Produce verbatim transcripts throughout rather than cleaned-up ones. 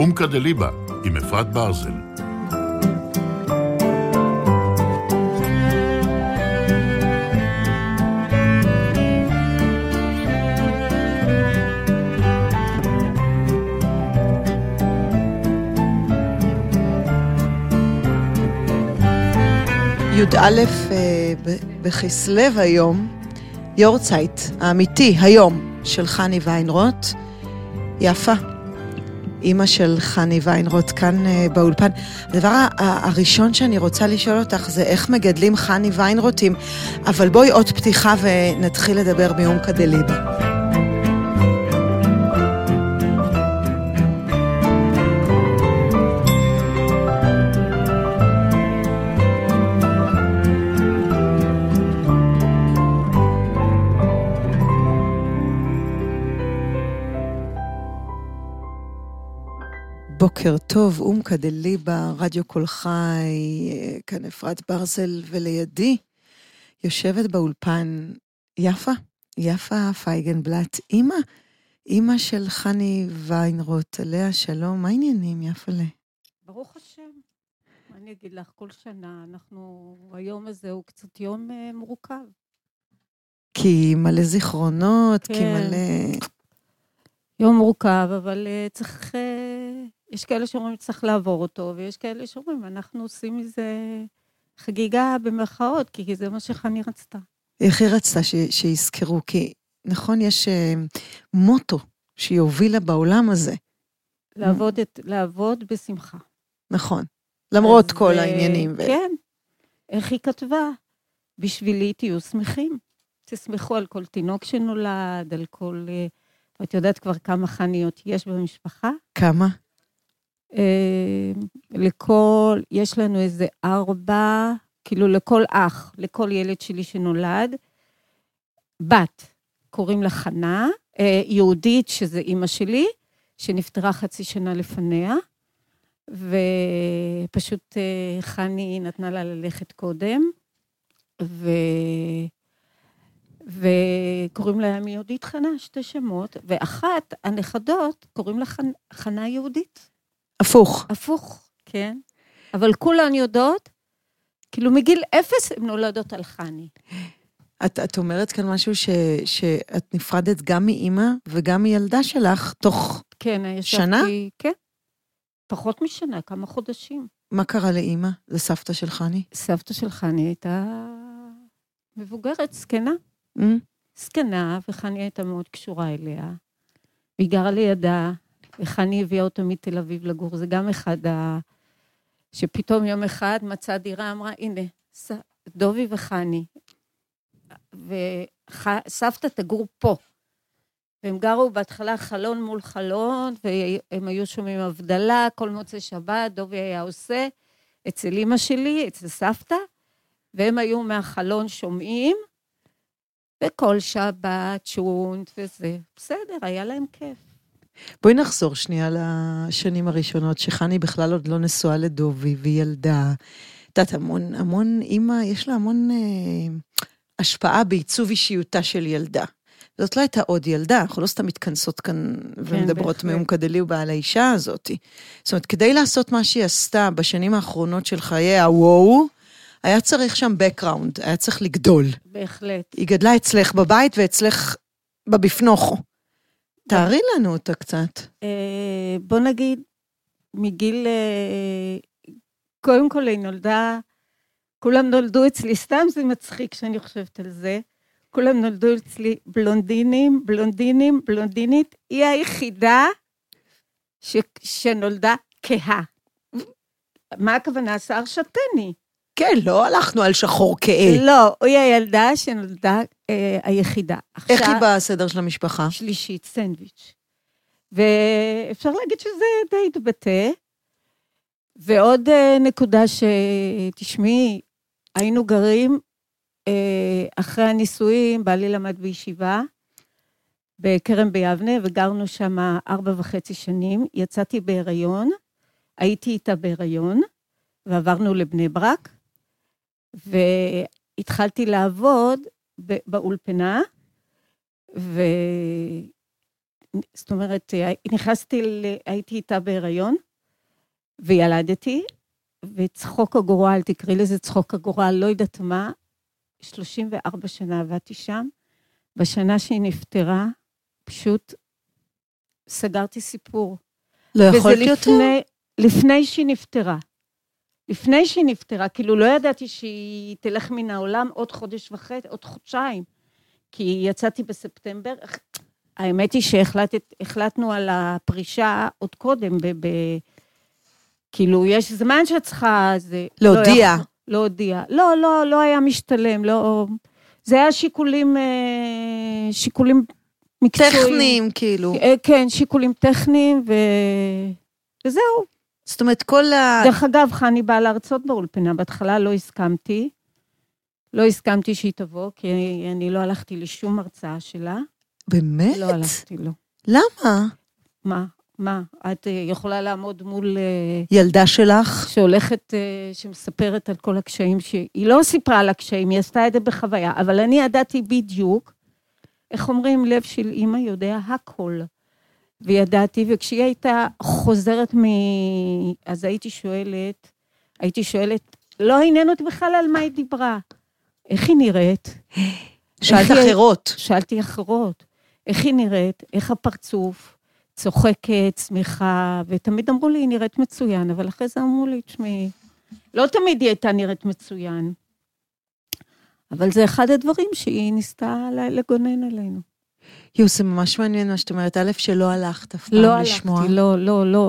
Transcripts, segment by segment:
אומקה דליבה עם אפרת ברזל. י"א בחסלו היום, יורצייט האמיתי היום של חני ויינרוט. יפה, אמא של חני ויינרוט כאן באולפן. הדבר הראשון שאני רוצה לשאול אותך זה איך מגדלים חני ויינרוטים, אבל בואי עוד פתיחה ונתחיל לדבר מאומקה דליבה. בוקר טוב, אומקה דליבה, רדיו קול חי, כאן אפרת ברזל, ולידי יושבת באולפן יפה, יפה פייגנבלט, אמא, אמא של חני ויינרוט, עליה שלום, מה העניינים יפה לה? ברוך השם, מה אני אגיד לך, כל שנה אנחנו, היום הזה הוא קצת יום uh, מורכב. כי מלא זיכרונות, כן. כי מלא... יום מורכב, אבל uh, צריך... Uh... יש כאלה שאומרים צריך לעבור אותו, ויש כאלה שאומרים, אנחנו עושים מזה חגיגה במרכאות, כי זה מה שחני רצתה. איך היא רצתה ש- שיזכרו? כי נכון, יש uh, מוטו שהיא הובילה בעולם הזה. לעבוד, את, לעבוד בשמחה. נכון, למרות אז, כל העניינים. ו... כן, איך היא כתבה? בשבילי תהיו שמחים. תשמחו על כל תינוק שנולד, על כל... את יודעת כבר כמה חניות יש במשפחה? כמה? לכל, יש לנו איזה ארבע, כאילו לכל אח, לכל ילד שלי שנולד, בת, קוראים לה חנה, יהודית, שזה אימא שלי, שנפטרה חצי שנה לפניה, ופשוט חני נתנה לה ללכת קודם, ו... וקוראים לה יהודית חנה, שתי שמות, ואחת, הנכדות, קוראים לה חנה יהודית. הפוך. הפוך, כן. אבל כולן יודעות, כאילו מגיל אפס הן נולדות על חני. את, את אומרת כאן משהו ש, שאת נפרדת גם מאמא וגם מילדה שלך תוך כן, שנה? ישבתי, כן. פחות משנה, כמה חודשים. מה קרה לאמא? זה סבתא של חני? סבתא של חני הייתה מבוגרת, סקנה. Mm? סקנה, וחני הייתה מאוד קשורה אליה. והיא גרה לידה, וחני הביאה אותו מתל אביב לגור. זה גם אחד ה... שפתאום יום אחד מצא דירה, אמרה, הנה, ס... דובי וחני. וסבתא תגור פה. והם גרו בהתחלה חלון מול חלון, והם היו שומעים הבדלה, כל מוצא שבת, דובי היה עושה, אצל אמא שלי, אצל סבתא, והם היו מהחלון שומעים, וכל שבת, שונט וזה. בסדר, היה להם כיף. בואי נחזור שנייה לשנים הראשונות, שחני בכלל עוד לא נשואה לדובי, והיא ילדה. את יודעת, המון, המון, אמא, יש לה המון אה, השפעה בעיצוב אישיותה של ילדה. זאת לא הייתה עוד ילדה, אנחנו לא סתם מתכנסות כאן ומדברות מאומקה דליבה על האישה הזאת. זאת אומרת, כדי לעשות מה שהיא עשתה בשנים האחרונות של חייה, וואו, היה צריך שם בקראונד, היה צריך לגדול. בהחלט. היא גדלה אצלך בבית ואצלך בבפנוכו. תארי לנו אותה קצת. בוא נגיד, מגיל, קודם כל היא נולדה, כולם נולדו אצלי, סתם זה מצחיק שאני חושבת על זה, כולם נולדו אצלי בלונדינים, בלונדינים, בלונדינית, היא היחידה ש, שנולדה כהה. מה הכוונה? שיער שטני. כן, לא הלכנו על שחור כהה. לא, היא הילדה שנולדה אה, היחידה. איך היא בסדר של המשפחה? שלישית, סנדוויץ'. ואפשר להגיד שזה די התבטא. ועוד אה, נקודה שתשמעי, היינו גרים אה, אחרי הנישואים, בעלי למד בישיבה, בקרם ביבנה, וגרנו שם ארבע וחצי שנים. יצאתי בהיריון, הייתי איתה בהיריון, ועברנו לבני ברק, והתחלתי לעבוד באולפנה, זאת אומרת, נכנסתי, הייתי איתה בהיריון, וילדתי, וצחוק הגורל, תקראי לזה צחוק הגורל, לא יודעת מה, שלושים וארבע שנה עבדתי שם, בשנה שהיא נפטרה, פשוט סגרתי סיפור. לא יכולתי יותר? לפני, לפני שהיא נפטרה. לפני שהיא נפטרה, כאילו לא ידעתי שהיא תלך מן העולם עוד חודש וחצי, עוד חודשיים. כי יצאתי בספטמבר, האמת היא שהחלטנו על הפרישה עוד קודם, ב, ב, כאילו יש זמן שאת צריכה, זה... להודיע. לא, לא הודיע. לא, לא, לא היה משתלם, לא... זה היה שיקולים, שיקולים מקצועיים. טכניים, כאילו. כן, שיקולים טכניים, ו... וזהו. זאת אומרת, כל ה... דרך אגב, חני באה להרצות באולפנה, בהתחלה לא הסכמתי, לא הסכמתי שהיא תבוא, כי אני לא הלכתי לשום הרצאה שלה. באמת? לא הלכתי, לא. למה? מה? מה? את יכולה לעמוד מול... ילדה שלך? שהולכת, שמספרת על כל הקשיים, שהיא לא סיפרה על הקשיים, היא עשתה את זה בחוויה, אבל אני ידעתי בדיוק, איך אומרים, לב של אמא יודע הכל. וידעתי, וכשהיא הייתה חוזרת מ... אז הייתי שואלת, הייתי שואלת, לא עניין אותי בכלל על מה היא דיברה. איך היא נראית? שאלת אחרות. שאלתי אחרות. איך היא נראית? איך הפרצוף? צוחקת, שמחה, ותמיד אמרו לי, היא נראית מצוין, אבל אחרי זה אמרו לי, תשמעי, לא תמיד היא הייתה נראית מצוין. אבל זה אחד הדברים שהיא ניסתה לגונן עלינו. יו, זה ממש מעניין מה שאת אומרת, א' שלא הלכת אף פעם לא לשמוע. הלכתי, לא, לא, לא.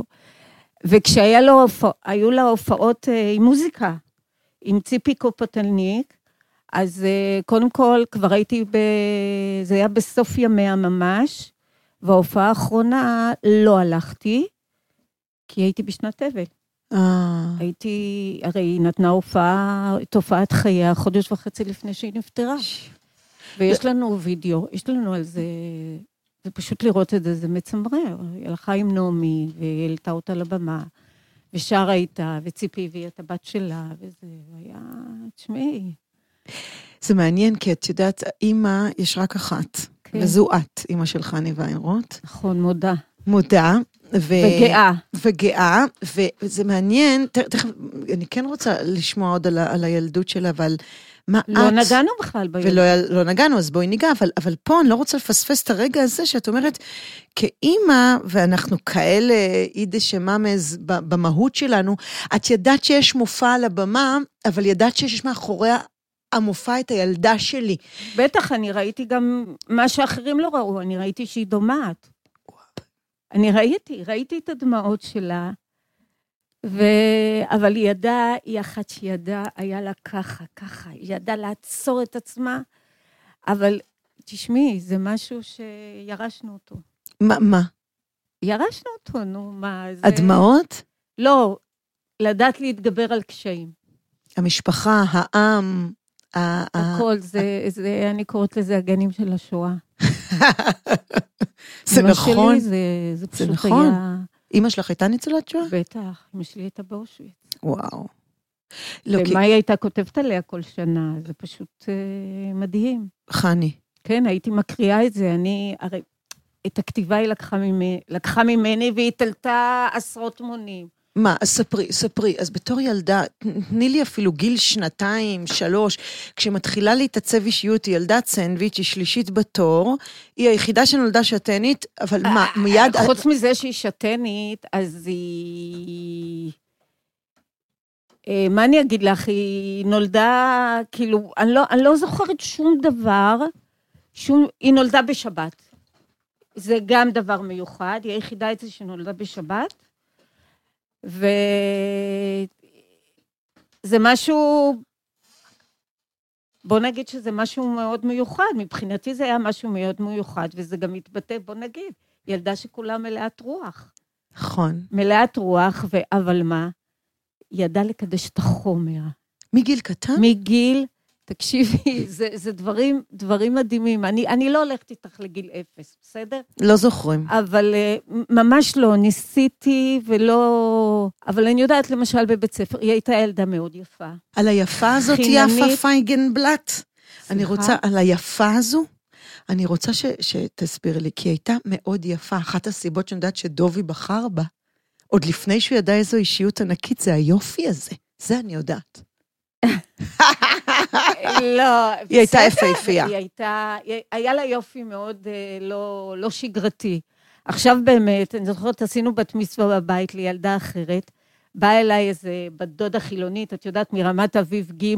וכשהיו לה הופעות עם מוזיקה, עם ציפי קופטלניק, אז קודם כל כבר הייתי, ב... זה היה בסוף ימיה ממש, וההופעה האחרונה לא הלכתי, כי הייתי בשנת אבל. הייתי, הרי היא נתנה הופעה, תופעת חייה, חודש וחצי לפני שהיא נפטרה. ויש לנו וידאו, יש לנו על זה, זה פשוט לראות את זה, זה מצמרר. היא הלכה עם נעמי, והיא העלתה אותה לבמה, ושרה איתה, וציפי הביאה את הבת שלה, וזה היה, תשמעי. זה מעניין, כי את יודעת, אמא יש רק אחת, כן. וזו את, אמא של חני ויינרוט. נכון, מודה. מודה. ו... וגאה. וגאה, וזה מעניין, תכף, אני כן רוצה לשמוע עוד על, ה... על הילדות שלה, אבל מה לא את... לא נגענו בכלל בילדות. ולא לא נגענו, אז בואי ניגע, אבל, אבל פה אני לא רוצה לפספס את הרגע הזה, שאת אומרת, כאמא, ואנחנו כאלה אידי שממז במהות שלנו, את ידעת שיש מופע על הבמה, אבל ידעת שיש מאחוריה המופע את הילדה שלי. בטח, אני ראיתי גם מה שאחרים לא ראו, אני ראיתי שהיא דומעת. אני ראיתי, ראיתי את הדמעות שלה, ו... אבל היא ידעה, היא אחת שידעה, היה לה ככה, ככה, היא ידעה לעצור את עצמה, אבל תשמעי, זה משהו שירשנו אותו. מה? מה? ירשנו אותו, נו, מה זה... הדמעות? לא, לדעת להתגבר על קשיים. המשפחה, העם, הכל, זה, זה, אני קוראת לזה הגנים של השואה. זה נכון. זה, זה פשוט זה נכון. היה... אמא שלך הייתה ניצולת שואה? בטח, אמא שלי הייתה באושוויץ. וואו. ומה היא הייתה כותבת עליה כל שנה, זה פשוט uh, מדהים. חני. כן, הייתי מקריאה את זה, אני, הרי, את הכתיבה היא לקחה ממני, לקחה ממני והיא תלתה עשרות מונים. מה, ספרי, ספרי, אז בתור ילדה, תני לי אפילו גיל שנתיים, שלוש, כשמתחילה להתעצב אישיות, היא ילדת סנדוויץ', היא שלישית בתור, היא היחידה שנולדה שתנית, אבל מה, מיד... חוץ מזה שהיא שתנית, אז היא... מה אני אגיד לך, היא נולדה, כאילו, אני לא, אני לא זוכרת שום דבר, שום, היא נולדה בשבת. זה גם דבר מיוחד, היא היחידה את זה שנולדה בשבת, וזה משהו, בוא נגיד שזה משהו מאוד מיוחד, מבחינתי זה היה משהו מאוד מיוחד, וזה גם מתבטא, בוא נגיד, ילדה שכולה מלאת רוח. נכון. מלאת רוח, אבל מה? ידע לקדש את החומר. מגיל קטן? מגיל, תקשיבי, זה, זה דברים, דברים מדהימים. אני, אני לא הולכת איתך לגיל אפס, בסדר? לא זוכרים. אבל ממש לא, ניסיתי ולא... אבל אני יודעת, למשל, בבית ספר, היא הייתה ילדה מאוד יפה. על היפה הזאת, יפה פייגנבלט? אני רוצה, על היפה הזו, אני רוצה ש, שתסביר לי, כי היא הייתה מאוד יפה. אחת הסיבות שאני יודעת שדובי בחר בה, עוד לפני שהוא ידע איזו אישיות ענקית, זה היופי הזה. זה אני יודעת. לא, היא הייתה יפהפייה. היא הייתה, היה לה יופי מאוד לא, לא שגרתי. עכשיו באמת, אני זוכרת, עשינו בת מצווה בבית לילדה אחרת, באה אליי איזה בת דודה חילונית, את יודעת, מרמת אביב ג',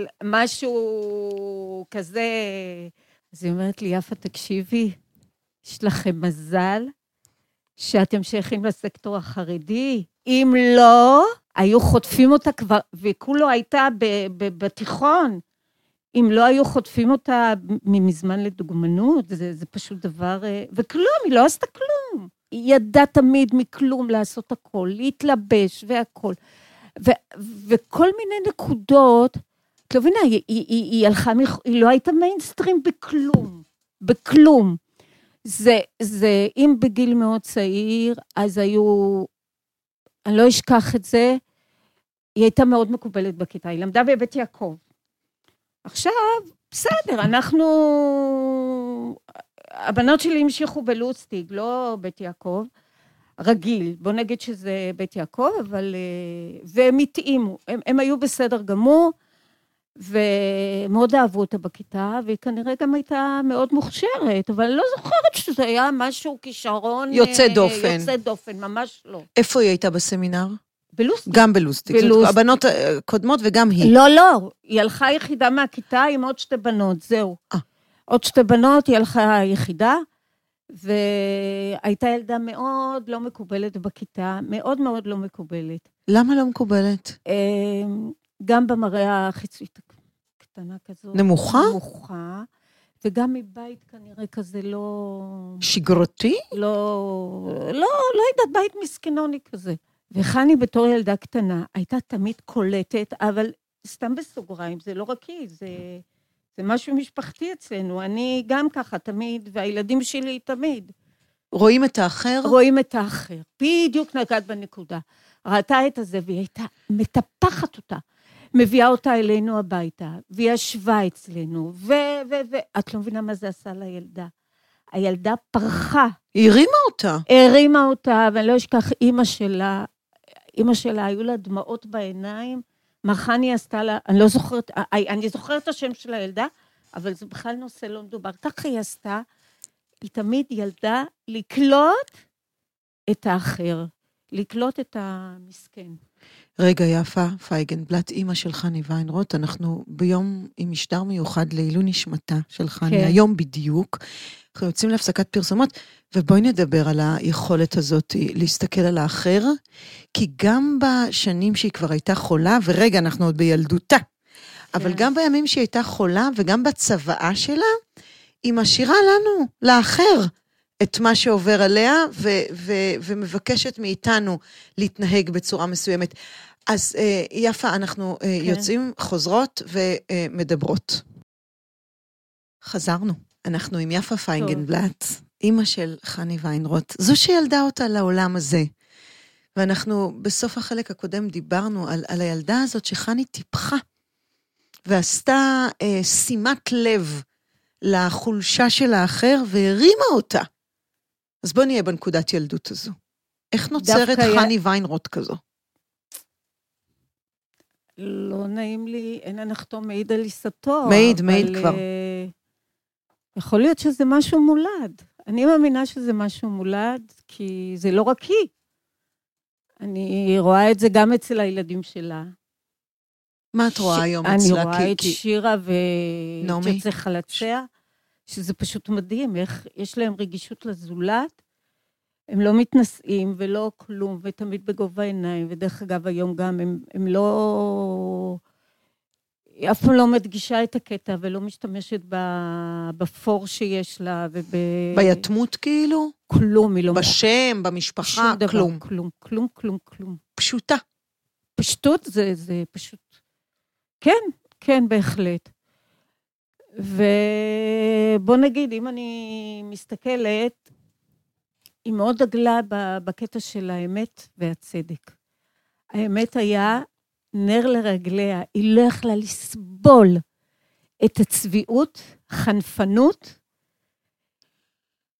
משהו כזה. אז היא אומרת לי, יפה, תקשיבי, יש לכם מזל שאתם שייכים לסקטור החרדי. אם לא, היו חוטפים אותה כבר, וכולו הייתה בתיכון. אם לא היו חוטפים אותה ממזמן לדוגמנות, זה, זה פשוט דבר, וכלום, היא לא עשתה כלום. היא ידעה תמיד מכלום לעשות הכל, להתלבש והכל. ו, וכל מיני נקודות, את לא מבינה, היא, היא, היא, היא הלכה, היא לא הייתה מיינסטרים בכלום, בכלום. זה, זה, אם בגיל מאוד צעיר, אז היו, אני לא אשכח את זה, היא הייתה מאוד מקובלת בכיתה, היא למדה בבית יעקב. עכשיו, בסדר, אנחנו, הבנות שלי המשיכו בלוסטיג, לא בית יעקב, רגיל, בוא נגיד שזה בית יעקב, אבל, והם התאימו, הם, הם היו בסדר גמור, ומאוד אהבו אותה בכיתה, והיא כנראה גם הייתה מאוד מוכשרת, אבל אני לא זוכרת שזה היה משהו כישרון יוצא דופן. יוצא דופן, ממש לא. איפה היא הייתה בסמינר? בלוסטיק. גם בלוסטיק. בלוסטיק. הבנות קודמות וגם היא. לא, לא. היא הלכה יחידה מהכיתה עם עוד שתי בנות, זהו. אה. עוד שתי בנות, היא הלכה יחידה, והייתה ילדה מאוד לא מקובלת בכיתה, מאוד מאוד לא מקובלת. למה לא מקובלת? גם במראה החיצוית קטנה כזו. נמוכה? נמוכה. וגם מבית כנראה כזה לא... שגרתי? לא, לא, לא יודעת, בית מסכנוני כזה. וחני בתור ילדה קטנה הייתה תמיד קולטת, אבל סתם בסוגריים, זה לא רק היא, זה, זה משהו משפחתי אצלנו. אני גם ככה תמיד, והילדים שלי תמיד. רואים את האחר? רואים את האחר. בדיוק נגעת בנקודה. ראתה את הזה, והיא הייתה מטפחת אותה. מביאה אותה אלינו הביתה, והיא ישבה אצלנו, ו... ו... ו... את לא מבינה מה זה עשה לילדה. הילדה פרחה. היא הרימה אותה. הרימה אותה, ואני לא אשכח, אמא שלה, אמא שלה, היו לה דמעות בעיניים, מרחני עשתה לה, אני לא זוכרת, אני זוכרת את השם של הילדה, אבל זה בכלל נושא לא מדובר. ככה היא עשתה, היא תמיד ילדה לקלוט את האחר, לקלוט את המסכן. רגע יפה, פייגנבלט, אמא של חני ויינרוט, אנחנו ביום עם משדר מיוחד לעילוי נשמתה של חני, כן. היום בדיוק, אנחנו יוצאים להפסקת פרסומות, ובואי נדבר על היכולת הזאת להסתכל על האחר, כי גם בשנים שהיא כבר הייתה חולה, ורגע אנחנו עוד בילדותה, כן. אבל גם בימים שהיא הייתה חולה, וגם בצוואה שלה, היא משאירה לנו, לאחר, את מה שעובר עליה, ו- ו- ומבקשת מאיתנו להתנהג בצורה מסוימת. אז אה, יפה, אנחנו אה, כן. יוצאים, חוזרות ומדברות. חזרנו. אנחנו עם יפה פיינגנבלט, אמא של חני ויינרוט, זו שילדה אותה לעולם הזה. ואנחנו בסוף החלק הקודם דיברנו על, על הילדה הזאת שחני טיפחה, ועשתה אה, שימת לב לחולשה של האחר, והרימה אותה. אז בוא נהיה בנקודת ילדות הזו. איך נוצרת חני היה... ויינרוט כזו? לא נעים לי, אין הנחתום מעיד על עיסתו. מעיד, מעיד כבר. יכול להיות שזה משהו מולד. אני מאמינה שזה משהו מולד, כי זה לא רק היא. אני רואה את זה גם אצל הילדים שלה. מה את רואה היום אצלה? אני רואה את שירה וג'צה חלציה, שזה פשוט מדהים, איך יש להם רגישות לזולת, הם לא מתנסים ולא כלום, ותמיד בגובה עיניים, ודרך אגב היום גם הם, הם לא, אף פעם לא מדגישה את הקטע, ולא משתמשת בפור שיש לה, וב... ביתמות כאילו? כלום, היא לא... בשם, במשפחה, דבר, כלום. כלום, כלום, כלום, כלום. פשוטה. פשטות זה, זה פשוט. כן, כן, בהחלט. ובוא נגיד, אם אני מסתכלת, היא מאוד דגלה בקטע של האמת והצדק. האמת היה נר לרגליה, היא לא יכלה לסבול את הצביעות, חנפנות,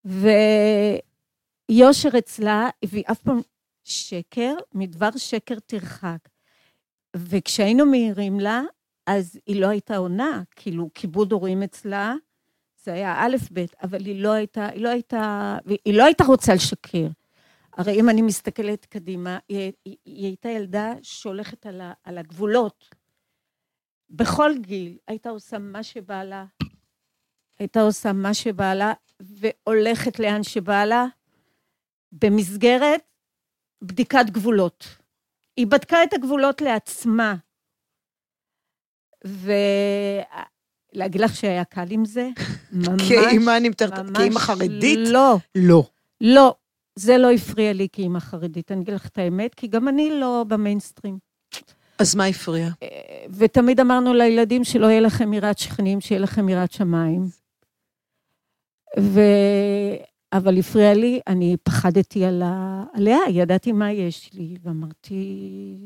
ויושר אצלה הביא אף פעם שקר, מדבר שקר תרחק. וכשהיינו מהירים לה, אז היא לא הייתה עונה, כאילו כיבוד הורים אצלה, זה היה א' ב', אבל היא לא הייתה, היא לא הייתה, היא לא הייתה רוצה לשקר. הרי אם אני מסתכלת קדימה, היא, היא, היא הייתה ילדה שהולכת על, ה, על הגבולות. בכל גיל הייתה עושה מה שבא לה, הייתה עושה מה שבא לה, והולכת לאן שבא לה, במסגרת בדיקת גבולות. היא בדקה את הגבולות לעצמה, ולהגיד לך שהיה קל עם זה? ממש, כאימא נמתרת, כאימא חרדית? לא. לא. לא, זה לא הפריע לי כאימא חרדית, אני אגיד לך את האמת, כי גם אני לא במיינסטרים. אז מה הפריע? ותמיד אמרנו לילדים שלא יהיה לכם יראת שכנים, שיהיה לכם יראת שמיים. ו... אבל הפריע לי, אני פחדתי על ה... עליה, ידעתי מה יש לי, ואמרתי...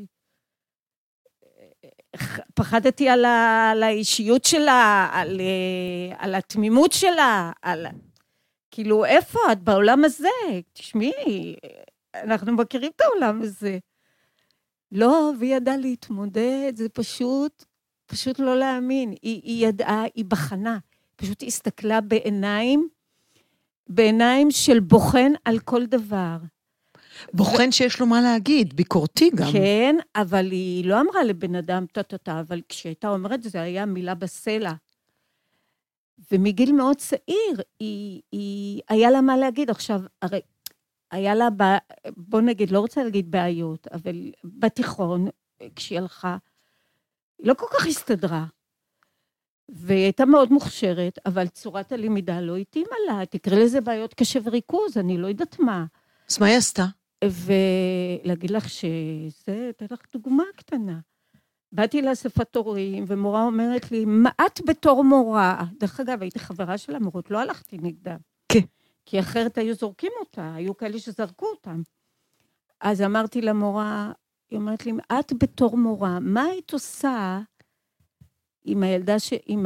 פחדתי על, ה... על האישיות שלה, על... על התמימות שלה, על... כאילו, איפה את בעולם הזה? תשמעי, אנחנו מכירים את העולם הזה. לא, והיא ידעה להתמודד, זה פשוט, פשוט לא להאמין. היא, היא ידעה, היא בחנה, פשוט הסתכלה בעיניים, בעיניים של בוחן על כל דבר. בוחן ו... שיש לו מה להגיד, ביקורתי גם. כן, אבל היא לא אמרה לבן אדם, טוטוטה, אבל כשהייתה אומרת, זה היה מילה בסלע. ומגיל מאוד צעיר, היא, היא, היה לה מה להגיד. עכשיו, הרי, היה לה, בוא נגיד, לא רוצה להגיד בעיות, אבל בתיכון, כשהיא הלכה, היא לא כל כך הסתדרה. והיא הייתה מאוד מוכשרת, אבל צורת הלמידה לא התאימה לה, תקרא לזה בעיות קשב וריכוז, אני לא יודעת מה. אז מה היא עשתה? ולהגיד לך שזה, אתן לך דוגמה קטנה. באתי לאספת הורים, ומורה אומרת לי, מה את בתור מורה? דרך אגב, הייתי חברה של המורות, לא הלכתי נגדה. כן. כי אחרת היו זורקים אותה, היו כאלה שזרקו אותם. אז אמרתי למורה, היא אומרת לי, את בתור מורה, מה היית עושה עם הילדה, ש... עם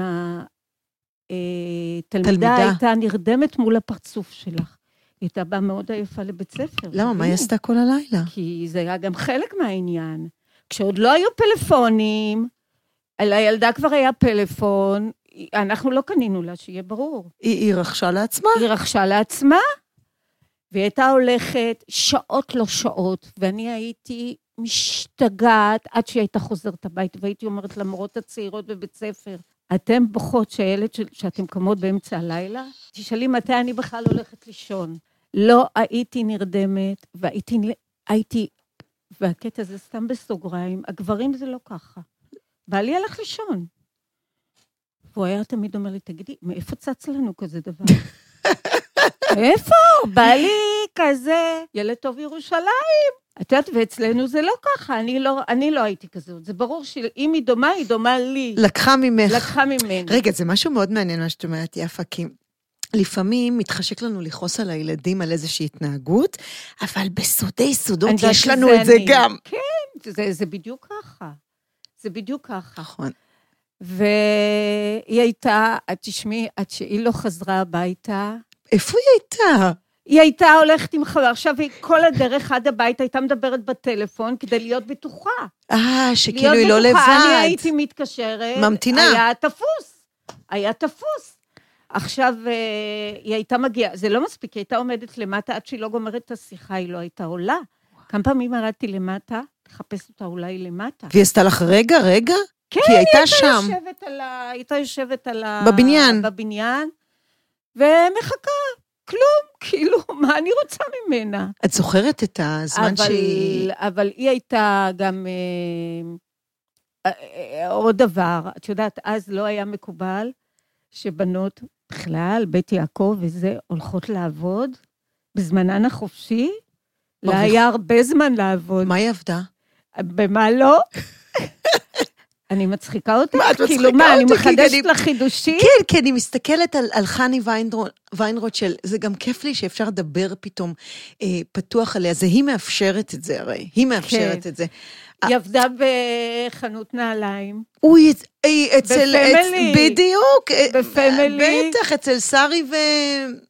התלמידה הייתה נרדמת מול הפרצוף שלך? היא הייתה באה מאוד עייפה לבית ספר. למה? מה היא עשתה כל הלילה? כי זה היה גם חלק מהעניין. כשעוד לא היו פלאפונים, על הילדה כבר היה פלאפון, אנחנו לא קנינו לה, שיהיה ברור. היא, היא רכשה לעצמה? היא רכשה לעצמה, והיא הייתה הולכת שעות לא שעות, ואני הייתי משתגעת עד שהיא הייתה חוזרת הבית, והייתי אומרת למורות הצעירות בבית ספר, אתם בוכות שהילד של, שאתם קמות באמצע הלילה? תשאלי מתי אני בכלל הולכת לישון. לא הייתי נרדמת, והייתי, הייתי, והקטע זה סתם בסוגריים, הגברים זה לא ככה. בעלי הלך לישון. והוא היה תמיד אומר לי, תגידי, מאיפה צץ לנו כזה דבר? איפה? בעלי כזה, ילד טוב ירושלים. את יודעת, ואצלנו זה לא ככה, אני לא, אני לא הייתי כזאת. זה ברור שאם היא דומה, היא דומה לי. לקחה ממך. לקחה ממני. רגע, זה משהו מאוד מעניין מה שאת אומרת, יפה, כי לפעמים מתחשק לנו לכעוס על הילדים על איזושהי התנהגות, אבל בסודי סודות יש לנו את זה גם. כן, זה, זה בדיוק ככה. זה בדיוק ככה. נכון. והיא הייתה, את תשמעי, עד שהיא לא חזרה הביתה. איפה היא הייתה? היא הייתה הולכת עם חבר, עכשיו היא כל הדרך עד הבית הייתה מדברת בטלפון כדי להיות בטוחה. אה, שכאילו היא לא לבד. אני הייתי מתקשרת. ממתינה. היה תפוס. היה תפוס. עכשיו היא הייתה מגיעה, זה לא מספיק, היא הייתה עומדת למטה, עד שהיא לא גומרת את השיחה, היא לא הייתה עולה. כמה פעמים הרדתי למטה, לחפש אותה אולי למטה. והיא עשתה לך רגע, רגע? כן, היא הייתה היא שם. יושבת על ה... הייתה יושבת על ה... בבניין. בבניין, ומחכה. כלום, כאילו, מה אני רוצה ממנה? את זוכרת את הזמן אבל, שהיא... אבל היא הייתה גם אה, אה, עוד דבר, את יודעת, אז לא היה מקובל, שבנות בכלל, בית יעקב וזה, הולכות לעבוד, בזמנן החופשי, לה היה הרבה זמן לעבוד. מה היא עבדה? במה לא? אני מצחיקה אותך? מה, את מצחיקה כאילו, מה, אותי? אני מחדשת לך חידושים? כן, כן, אני מסתכלת על, על חני ויינרוט של, זה גם כיף לי שאפשר לדבר פתאום אה, פתוח עליה, זה היא מאפשרת את זה הרי, היא מאפשרת כן. את זה. היא עבדה בחנות נעליים. אוי, אצל, בפמילי. בדיוק. בפמילי. בטח, אצל שרי ו...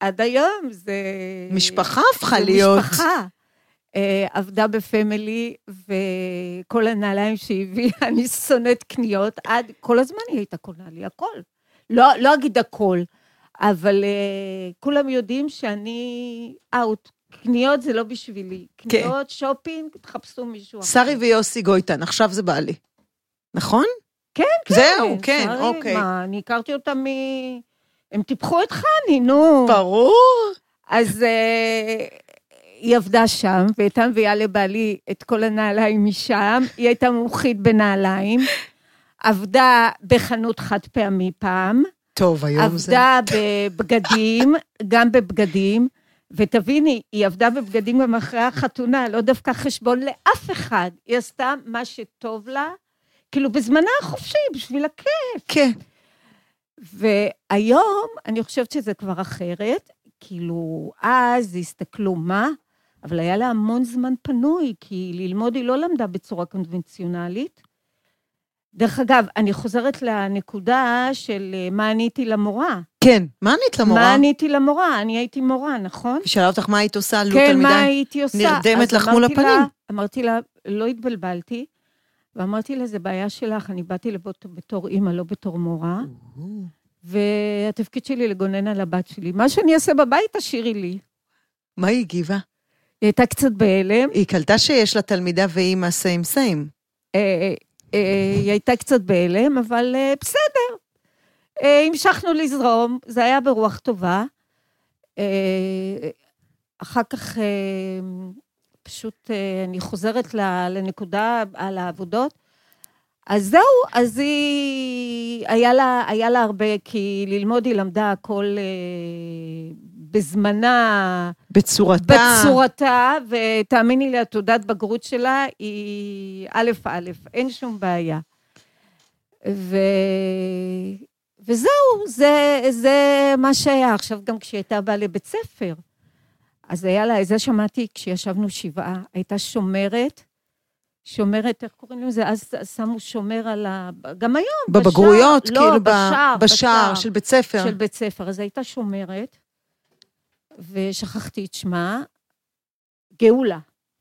עד היום זה... משפחה הפכה להיות. זה משפחה. עבדה בפמילי, וכל הנעליים שהביאה, אני שונאת קניות, עד כל הזמן היא הייתה קונה לי הכל. לא, לא אגיד הכל, אבל כולם יודעים שאני אאוט. קניות זה לא בשבילי. קניות, שופינג, תחפשו מישהו אחר. שרי ויוסי גויטן, עכשיו זה בא לי. נכון? כן, כן. זהו, כן, אוקיי. מה, אני הכרתי אותם מ... הם טיפחו את חני, נו. ברור. אז היא עבדה שם, והייתה מביאה לבעלי את כל הנעליים משם, היא הייתה מומחית בנעליים, עבדה בחנות חד פעמי פעם, טוב, היום זה... עבדה בבגדים, גם בבגדים, ותביני, היא עבדה בבגדים גם אחרי החתונה, לא דווקא חשבון לאף אחד, היא עשתה מה שטוב לה, כאילו בזמנה החופשי, בשביל הכיף. כן. והיום, אני חושבת שזה כבר אחרת, כאילו, אז הסתכלו מה, אבל היה לה המון זמן פנוי, כי ללמוד היא לא למדה בצורה קונבנציונלית. דרך אגב, אני חוזרת לנקודה של מה עניתי למורה. כן, מה ענית למורה? מה עניתי למורה? אני הייתי מורה, נכון? היא שאלה אותך מה היית עושה, לא כן, תלמידה מה הייתי עושה? נרדמת לך מול הפנים. לה, אמרתי לה, לא התבלבלתי, ואמרתי לה, זה בעיה שלך, אני באתי לפה בתור אימא, לא בתור מורה, והתפקיד שלי לגונן על הבת שלי. מה שאני אעשה בבית, תשאירי לי. מה היא הגיבה? היא הייתה קצת בהלם. היא קלטה שיש לה תלמידה ואימא סיים סיים. היא הייתה קצת בהלם, אבל בסדר. המשכנו לזרום, זה היה ברוח טובה. אחר כך פשוט אני חוזרת לנקודה על העבודות. אז זהו, אז היא, היה לה, היה לה הרבה, כי ללמוד היא למדה הכל בזמנה. בצורתה. בצורתה, ותאמיני לי, התעודת בגרות שלה היא א' א', אין שום בעיה. ו... וזהו, זה, זה מה שהיה. עכשיו גם כשהיא הייתה באה לבית ספר, אז היה לה, זה שמעתי כשישבנו שבעה, הייתה שומרת, שומרת, איך קוראים לזה? אז שמו שומר על ה... גם היום, בבגרויות, בשער, כאילו לא, ב... בשער, בשער של בית ספר. של בית ספר, אז הייתה שומרת, ושכחתי את שמה, גאולה.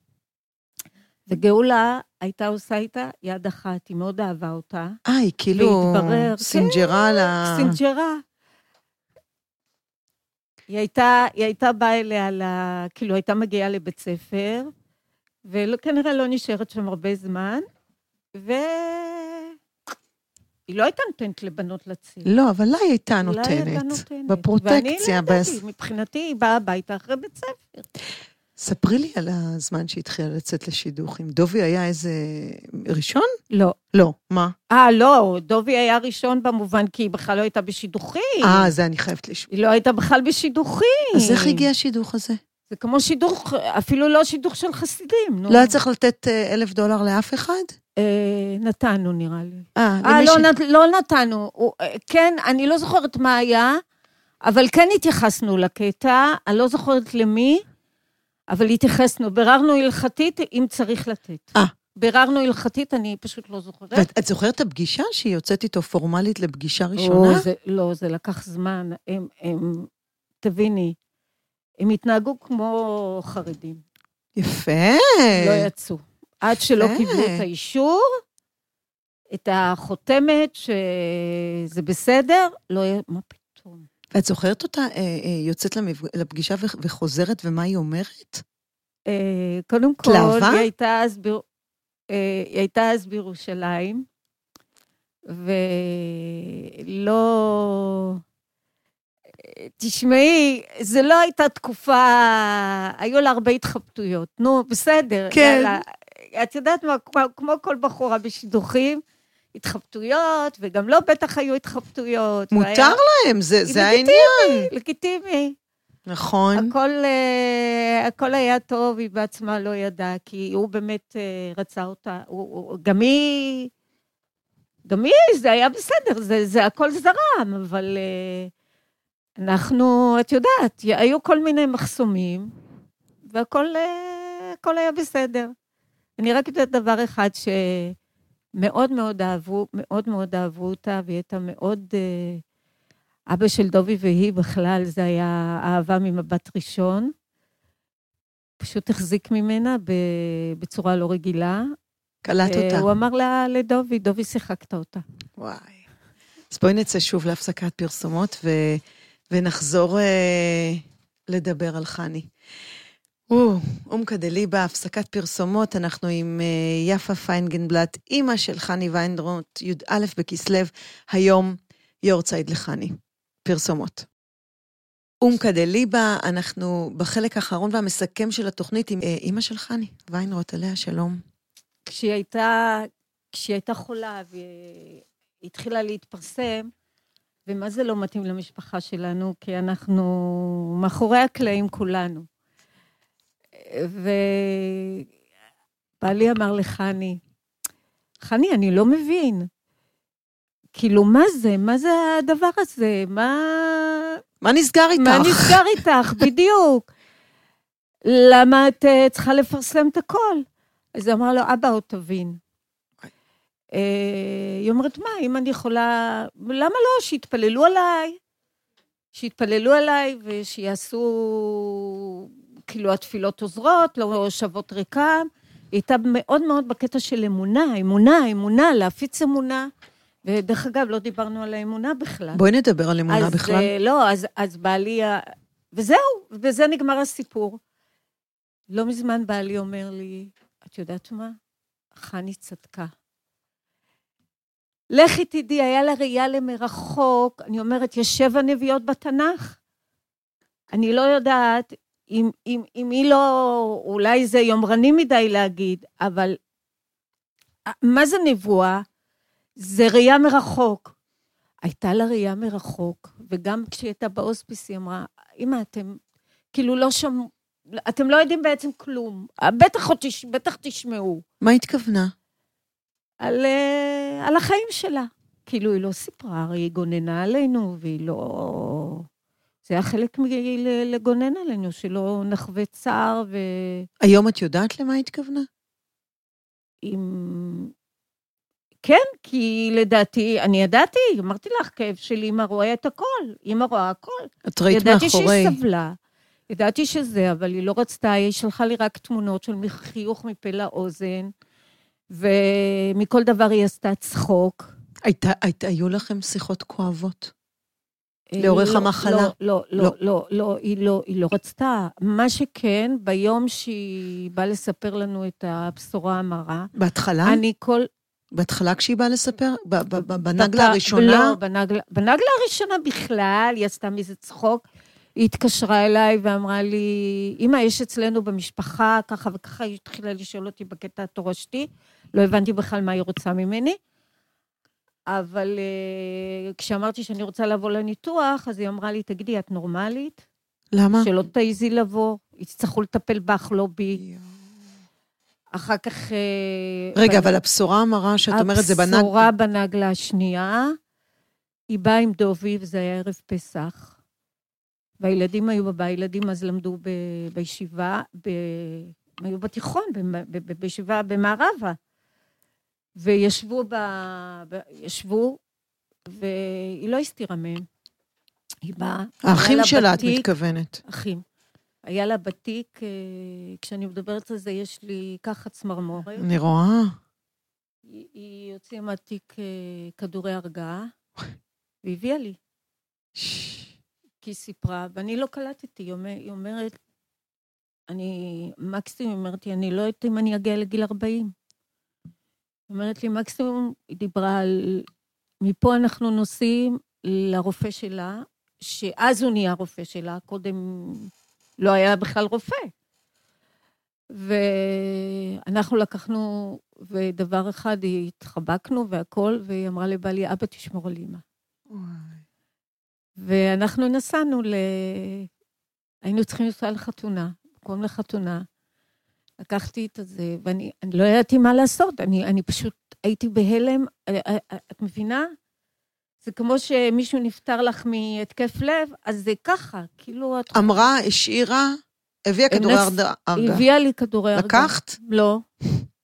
וגאולה הייתה עושה איתה יד אחת, היא מאוד אהבה אותה. אה, היא כאילו והתברר, סינג'רה כן, לה... סינג'רה. היא הייתה, היא הייתה באה אליה, לה, כאילו הייתה מגיעה לבית ספר, וכנראה לא נשארת שם הרבה זמן, והיא לא הייתה נותנת לבנות לציר. לא, אבל לה היא הייתה לא נותנת. הייתה נותנת. בפרוטקציה. ואני לא ידעתי, מבחינתי היא באה הביתה אחרי בית ספר. ספרי לי על הזמן שהתחילה לצאת לשידוך. אם דובי היה איזה ראשון? לא. לא, מה? אה, לא, דובי היה ראשון במובן, כי היא בכלל לא הייתה בשידוכים. אה, זה אני חייבת לשמוע. היא לא הייתה בכלל בשידוכים. אז איך הגיע השידוך הזה? זה כמו שידוך, אפילו לא שידוך של חסידים. לא היה צריך לתת אלף דולר לאף אחד? נתנו, נראה לי. אה, לא נתנו. כן, אני לא זוכרת מה היה, אבל כן התייחסנו לקטע, אני לא זוכרת למי, אבל התייחסנו, ביררנו הלכתית אם צריך לתת. אה. ביררנו הלכתית, אני פשוט לא זוכרת. ואת זוכרת את הפגישה שהיא יוצאת איתו פורמלית לפגישה ראשונה? לא, זה לקח זמן. הם, תביני, הם התנהגו כמו חרדים. יפה. לא יצאו. עד שלא קיבלו את האישור, את החותמת שזה בסדר, לא יהיה, מה פתאום? ואת זוכרת אותה יוצאת לפגישה וחוזרת, ומה היא אומרת? קודם כל, היא הייתה אז, ב... היא הייתה אז בירושלים, ולא... תשמעי, זה לא הייתה תקופה, היו לה הרבה התחבטויות. נו, בסדר. כן. יאללה, את יודעת מה, כמו, כמו כל בחורה בשידוכים, התחבטויות, וגם לא בטח היו התחבטויות. מותר והיה... להם, זה, זה העניין. לגיטימי, לגיטימי. נכון. הכל, הכל היה טוב, היא בעצמה לא ידעה, כי הוא באמת רצה אותה. הוא, הוא, גם היא, גם היא, זה היה בסדר, זה, זה הכל זרם, אבל... אנחנו, את יודעת, היו כל מיני מחסומים, והכל הכל היה בסדר. אני רק יודעת דבר אחד שמאוד מאוד אהבו, מאוד מאוד אהבו אותה, והיא הייתה מאוד, אבא של דובי והיא בכלל, זה היה אהבה ממבט ראשון. פשוט החזיק ממנה בצורה לא רגילה. קלט אותה. הוא אמר לה לדובי, דובי שיחקת אותה. וואי. אז בואי נצא שוב להפסקת פרסומות, ו... ונחזור אה, לדבר על חני. או, אומקה דליבה, הפסקת פרסומות, אנחנו עם אה, יפה פיינגנבלט, אימא של חני ויינרוט, י"א בכסלו, היום יורצייט לחני. פרסומות. אומקה דליבה, אנחנו בחלק האחרון והמסכם של התוכנית עם אה, אימא של חני ויינרוט, עליה שלום. כשהיא הייתה, כשהיא הייתה חולה והתחילה להתפרסם, ומה זה לא מתאים למשפחה שלנו, כי אנחנו מאחורי הקלעים כולנו. ובעלי אמר לחני, חני, אני לא מבין. כאילו, מה זה? מה זה הדבר הזה? מה... מה נסגר איתך? מה נסגר איתך? בדיוק. למה את צריכה לפרסם את הכל? אז היא אמרה לו, אבא, עוד תבין. היא אומרת, מה, אם אני יכולה... למה לא? שיתפללו עליי. שיתפללו עליי ושיעשו... כאילו, התפילות עוזרות, לא שוות ריקם. היא הייתה מאוד מאוד בקטע של אמונה, אמונה, אמונה, להפיץ אמונה. ודרך אגב, לא דיברנו על האמונה בכלל. בואי נדבר על אמונה אז, בכלל. אז לא, אז, אז בעלי... וזהו, וזה נגמר הסיפור. לא מזמן בעלי אומר לי, את יודעת מה? חני צדקה. לכי תדעי, היה לה ראייה למרחוק, אני אומרת, יש שבע נביאות בתנ"ך. אני לא יודעת, אם, אם, אם היא לא, אולי זה יומרני מדי להגיד, אבל מה זה נבואה? זה ראייה מרחוק. הייתה לה ראייה מרחוק, וגם כשהיא הייתה באוספיס, היא אמרה, אמא, אתם כאילו לא שמעו, אתם לא יודעים בעצם כלום. בטח, בטח תשמעו. מה התכוונה? על, על החיים שלה. כאילו, היא לא סיפרה, היא גוננה עלינו, והיא לא... זה היה חלק מלגונן עלינו, שלא נחווה צער ו... היום את יודעת למה התכוונה? עם... כן, כי לדעתי, אני ידעתי, אמרתי לך, כאב של אמא רואה את הכל, אמא רואה הכל. את ראית ידעתי מאחורי. שהיא סבלה, ידעתי שזה, אבל היא לא רצתה, היא שלחה לי רק תמונות של חיוך מפה לאוזן, ומכל דבר היא עשתה צחוק. היית, היית, היו לכם שיחות כואבות? לאורך לא, המחלה? לא, לא, לא, לא, לא, היא לא, היא לא רצתה. מה שכן, ביום שהיא באה לספר לנו את הבשורה המרה, בהתחלה? אני כל... בהתחלה כשהיא באה לספר? בנגלה הראשונה? לא, בנגלה, בנגלה הראשונה בכלל, היא עשתה מזה צחוק, היא התקשרה אליי ואמרה לי, אמא, יש אצלנו במשפחה, ככה וככה, היא התחילה לשאול אותי בקטע התורשתי, לא הבנתי בכלל מה היא רוצה ממני, אבל uh, כשאמרתי שאני רוצה לבוא לניתוח, אז היא אמרה לי, תגידי, את נורמלית? למה? שלא תעיזי לבוא, יצטרכו לטפל בך, לא בי. אחר כך... רגע, אבל הבשורה המרה שאת אומרת זה בנגלה. הבשורה בנגלה השנייה, היא באה עם דובי, וזה היה ערב פסח, והילדים היו בבית, ילדים אז למדו בישיבה, הם היו בתיכון, בישיבה במערבה, וישבו, ישבו, והיא לא הסתירה מהם. היא באה... האחים שלה, את מתכוונת. אחים. היה לה בתיק, כשאני מדברת על זה, יש לי ככה צמרמורת. אני רואה. היא, היא הוציאה מהתיק כדורי הרגעה, והביאה לי. כי היא סיפרה, ואני לא קלטתי, היא אומרת, אני, מקסימום, אמרתי, אני לא יודעת אם אני אגיע לגיל ארבעים. היא אומרת לי, מקסימום, היא דיברה על, מפה אנחנו נוסעים לרופא שלה, שאז הוא נהיה רופא שלה, קודם... לא היה בכלל רופא. ואנחנו לקחנו, ודבר אחד, התחבקנו והכל, והיא אמרה לבעלי, אבא תשמור על אמא. ואנחנו נסענו ל... היינו צריכים לנסוע לחתונה, מקום לחתונה. לקחתי את זה, ואני לא ידעתי מה לעשות, אני, אני פשוט הייתי בהלם, את מבינה? זה כמו שמישהו נפטר לך מהתקף לב, אז זה ככה, כאילו... אמרה, השאירה, הביאה כדורי הרגעה. הביאה לי כדורי הרגעה. לקחת? לא.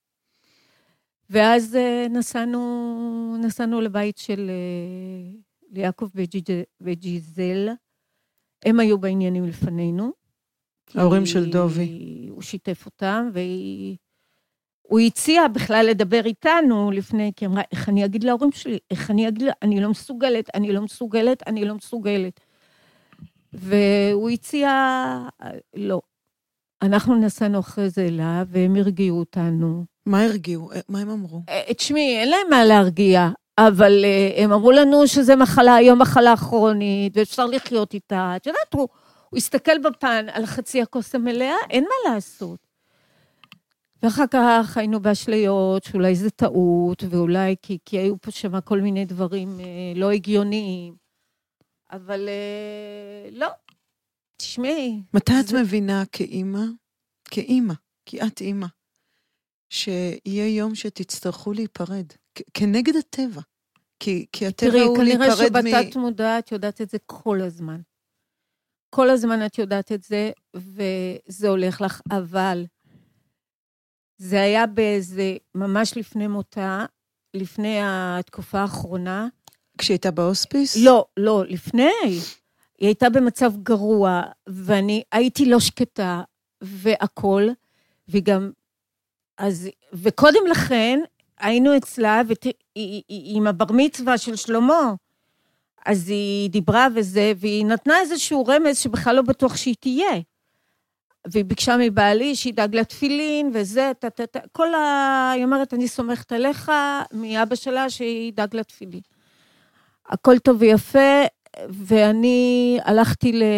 ואז נסענו, נסענו לבית של, ליעקב וג'יזל, הם היו בעניינים לפנינו. ההורים של דובי. הוא שיתף אותם, והוא הציע בכלל לדבר איתנו לפני, כי אמרה, איך אני אגיד להורים שלי? איך אני אגיד לה? אני לא מסוגלת, אני לא מסוגלת, אני לא מסוגלת. והוא הציע, לא. אנחנו נסענו אחרי זה אליו, והם הרגיעו אותנו. מה הרגיעו? מה הם אמרו? תשמעי, אין להם מה להרגיע, אבל הם אמרו לנו שזה מחלה, היום מחלה כרונית, ואפשר לחיות איתה. את יודעת, הוא, הוא הסתכל בפן על חצי הכוס המלאה, אין מה לעשות. ואחר כך היינו באשליות, שאולי זה טעות, ואולי כי, כי היו פה שם כל מיני דברים לא הגיוניים. אבל לא, תשמעי. מתי את מבינה כאימא, כאימא, כי את אימא, שיהיה יום שתצטרכו להיפרד, כנגד הטבע, כי, כי הטבע הוא להיפרד מ... תראי, כנראה שבתת מודע, את יודעת את זה כל הזמן. כל הזמן את יודעת את זה, וזה הולך לך, אבל זה היה באיזה, ממש לפני מותה, לפני התקופה האחרונה. כשהייתה בהוספיס? לא, לא, לפני. היא הייתה במצב גרוע, ואני הייתי לא שקטה, והכל, וגם, אז, וקודם לכן, היינו אצלה, ות, היא, היא, עם הבר מצווה של שלמה, אז היא דיברה וזה, והיא נתנה איזשהו רמז שבכלל לא בטוח שהיא תהיה. והיא ביקשה מבעלי שידאג לתפילין וזה, ת, ת, ת, כל ה... היא אומרת, אני סומכת עליך, מאבא שלה שידאג לתפילין. הכל טוב ויפה, ואני הלכתי ל...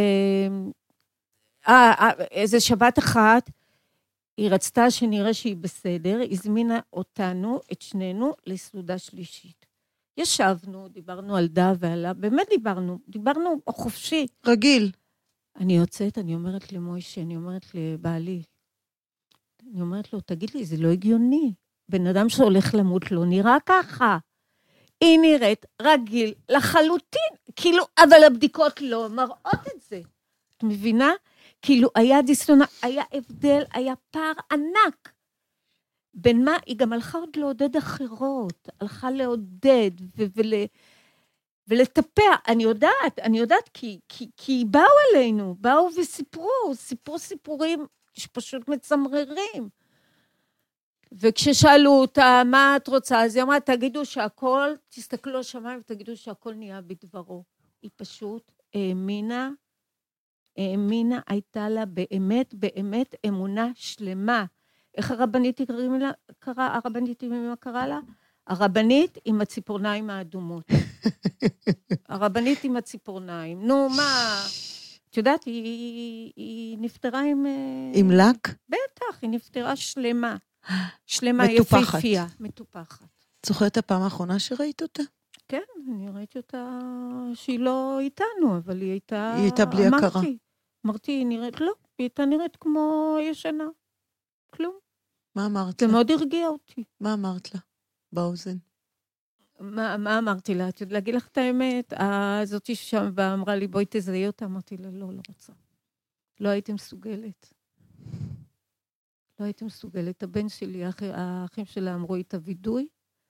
אה, איזה שבת אחת, היא רצתה שנראה שהיא בסדר, הזמינה אותנו, את שנינו, לסעודה שלישית. ישבנו, דיברנו על דה ועלה, באמת דיברנו, דיברנו חופשי. רגיל. אני יוצאת, אני אומרת למוישה, אני אומרת לבעלי, אני אומרת לו, תגיד לי, זה לא הגיוני. בן אדם שהולך למות לא נראה ככה. היא נראית רגיל לחלוטין, כאילו, אבל הבדיקות לא מראות את זה. את מבינה? כאילו, היה דיסטונה, היה הבדל, היה פער ענק. בין מה, היא גם הלכה עוד לעודד אחרות, הלכה לעודד ו- ול- ולטפח. אני יודעת, אני יודעת, כי, כי, כי באו אלינו, באו וסיפרו, סיפרו סיפורים שפשוט מצמררים. וכששאלו אותה, מה את רוצה? אז היא אמרה, תגידו שהכל, תסתכלו לשמיים ותגידו שהכל נהיה בדברו. היא פשוט האמינה, האמינה, הייתה לה באמת, באמת אמונה שלמה. איך הרבנית קראים לה? קרא, הרבנית מה קרא לה? הרבנית עם הציפורניים האדומות. הרבנית עם הציפורניים. נו, מה? את יודעת, היא, היא, היא נפטרה עם... עם לק? בטח, היא נפטרה שלמה. שלמה מטופחת. יפהפייה, מטופחת. זוכרת הפעם האחרונה שראית אותה? כן, אני ראיתי אותה שהיא לא איתנו, אבל היא הייתה... היא הייתה בלי הכרה. אמרתי, אמרתי, היא נראית, לא, היא הייתה נראית כמו ישנה. כלום. מה אמרת זה לה? מאוד הרגיע אותי. מה אמרת לה? באוזן. מה, מה אמרתי לה? להגיד לך את האמת, הזאתי ששם ואמרה לי, בואי תזהי אותה, אמרתי לה, לא, לא רוצה. לא הייתי מסוגלת. לא הייתי מסוגלת. הבן שלי, האחים שלה אמרו איתה וידוי,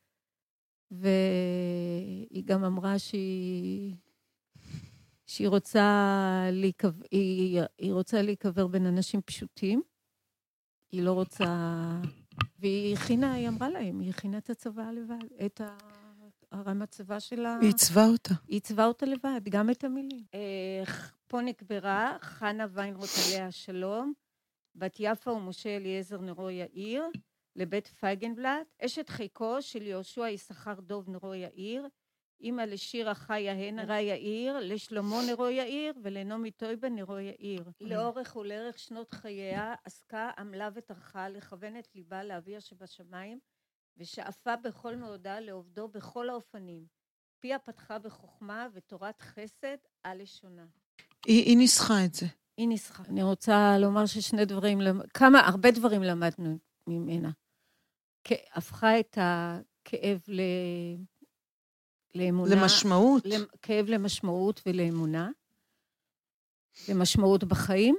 והיא גם אמרה שהיא, שהיא רוצה להיקבר, היא, היא רוצה להיקבר בין אנשים פשוטים, היא לא רוצה, והיא הכינה, היא אמרה להם, היא הכינה את הצבא לבד, את הרמת צבא שלה. היא עיצבה אותה. היא עיצבה אותה לבד, גם את המילים. פה נקברה חנה ויינרוט עליה השלום, בת יפה ומשה אליעזר נרו יאיר, לבית פייגנבלט, אשת חיקו של יהושע יששכר דוב נרו יאיר, אמא לשירה חיה הן נרו יאיר, לשלמה נרו יאיר ולנעמי טויבה נרו יאיר. לאורך ולערך שנות חייה עסקה, עמלה וטרחה לכוון את ליבה לאביה שבשמיים, ושאפה בכל מאודה לעובדו בכל האופנים. פיה פתחה בחוכמה ותורת חסד על לשונה. היא, היא ניסחה את זה. היא ניסחה. אני רוצה לומר ששני דברים, כמה, הרבה דברים למדנו ממנה. הפכה את הכאב ל... לאמונה. למשמעות. כאב למשמעות ולאמונה. למשמעות בחיים.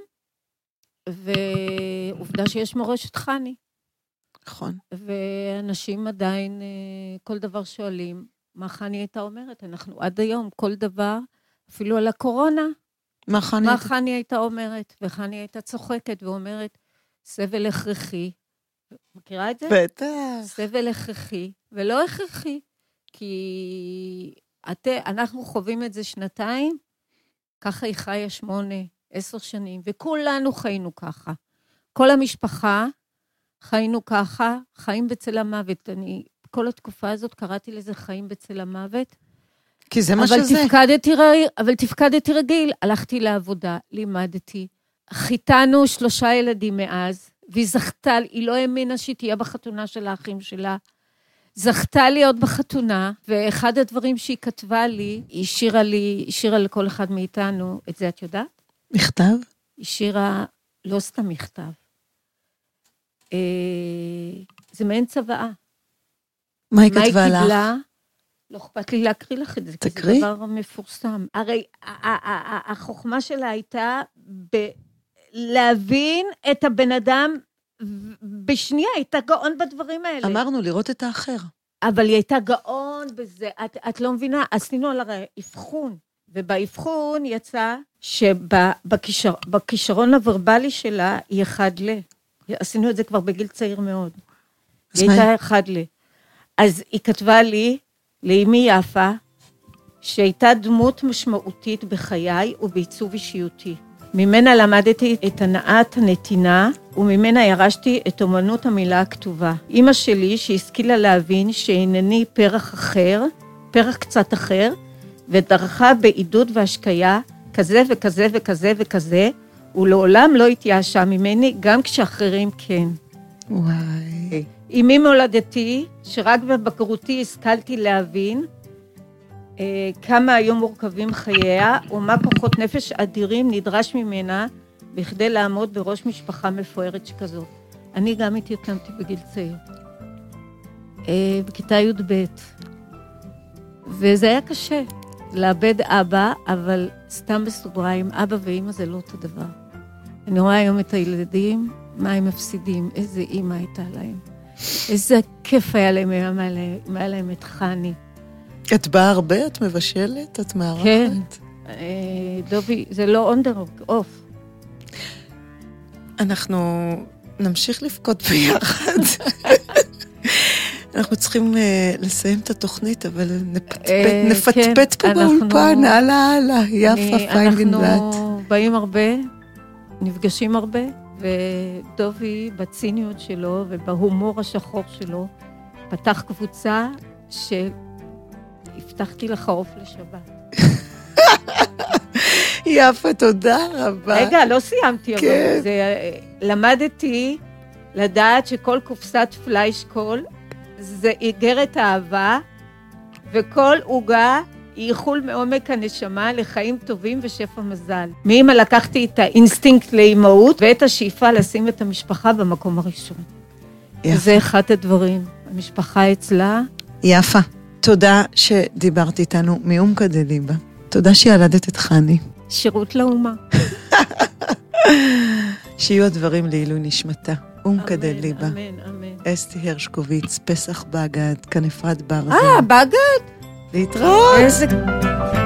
ועובדה שיש מורשת חני. נכון. ואנשים עדיין, כל דבר שואלים, מה חני הייתה אומרת? אנחנו עד היום, כל דבר, אפילו על הקורונה, מה חני? מה חני הייתה אומרת? וחני הייתה צוחקת ואומרת, סבל הכרחי. מכירה את זה? בטח. סבל הכרחי, ולא הכרחי, כי את, אנחנו חווים את זה שנתיים, ככה היא חיה שמונה, עשר שנים, וכולנו חיינו ככה. כל המשפחה חיינו ככה, חיים בצל המוות. אני, כל התקופה הזאת קראתי לזה חיים בצל המוות. כי זה מה אבל שזה. תפקדתי, אבל תפקדתי רגיל, הלכתי לעבודה, לימדתי. חיתנו שלושה ילדים מאז, והיא זכתה, היא לא האמינה שהיא תהיה בחתונה של האחים שלה. זכתה להיות בחתונה, ואחד הדברים שהיא כתבה לי, היא השאירה לי, השאירה לכל אחד מאיתנו, את זה את יודעת? מכתב? היא השאירה, לא סתם מכתב. אה, זה מעין צוואה. מה היא כתבה לך? מה היא קיבלה? לא אכפת לי להקריא לך את זה, תקריא. כי זה דבר מפורסם. הרי החוכמה שלה הייתה להבין את הבן אדם, בשנייה הייתה גאון בדברים האלה. אמרנו, לראות את האחר. אבל היא הייתה גאון בזה, את, את לא מבינה, עשינו על האבחון, ובאבחון יצא שבכישרון הוורבלי שלה היא אחד ל. עשינו את זה כבר בגיל צעיר מאוד. היא הייתה אחד ל. אז היא כתבה לי, לאמי יפה, שהייתה דמות משמעותית בחיי ובעיצוב אישיותי. ממנה למדתי את הנעת הנתינה, וממנה ירשתי את אומנות המילה הכתובה. אמא שלי שהשכילה להבין שאינני פרח אחר, פרח קצת אחר, ודרכה בעידוד והשקיה, כזה וכזה וכזה וכזה, ולעולם לא התייאשה ממני, גם כשאחרים כן. וואי. אמי מולדתי, שרק בבגרותי השכלתי להבין, אה, כמה היו מורכבים חייה, ומה כוחות נפש אדירים נדרש ממנה, בכדי לעמוד בראש משפחה מפוארת שכזאת. אני גם התייתמתי בגיל צעיר. אה, בכיתה י' ב'. וזה היה קשה, לאבד אבא, אבל סתם בסוגריים, אבא ואמא זה לא אותו דבר. אני רואה היום את הילדים, מה הם מפסידים, איזה אמא הייתה להם. איזה כיף היה להם, אם היה להם את חני. את באה הרבה? את מבשלת? את מארחת? כן. דובי, זה לא אונדר אוף. אנחנו נמשיך לבכות ביחד. אנחנו צריכים לסיים את התוכנית, אבל נפטפט פה באולפן, הלאה, הלאה, יפה, פיינגנבלט. אנחנו באים הרבה, נפגשים הרבה, ודובי בציניות שלו ובהומור השחור שלו, פתח קבוצה שהבטחתי לך עוף לשבת. יפה, תודה רבה. רגע, לא סיימתי, כן. אבל זה, למדתי לדעת שכל קופסת פליישקול זה איגרת אהבה, וכל עוגה היא איחול מעומק הנשמה לחיים טובים ושפע מזל. מאמא לקחתי את האינסטינקט לאימהות, ואת השאיפה לשים את המשפחה במקום הראשון. יפה. זה אחד הדברים. המשפחה אצלה. יפה. תודה שדיברת איתנו מאומקא דליבה. תודה שילדת את חני. שירות לאומה. שיהיו הדברים לעילוי נשמתה. אומקא דליבה. אמן, אמן. אסתי הרשקוביץ, פסח בגד, כאן אפרת ברזל. אה, בגד? להתראות. איזה...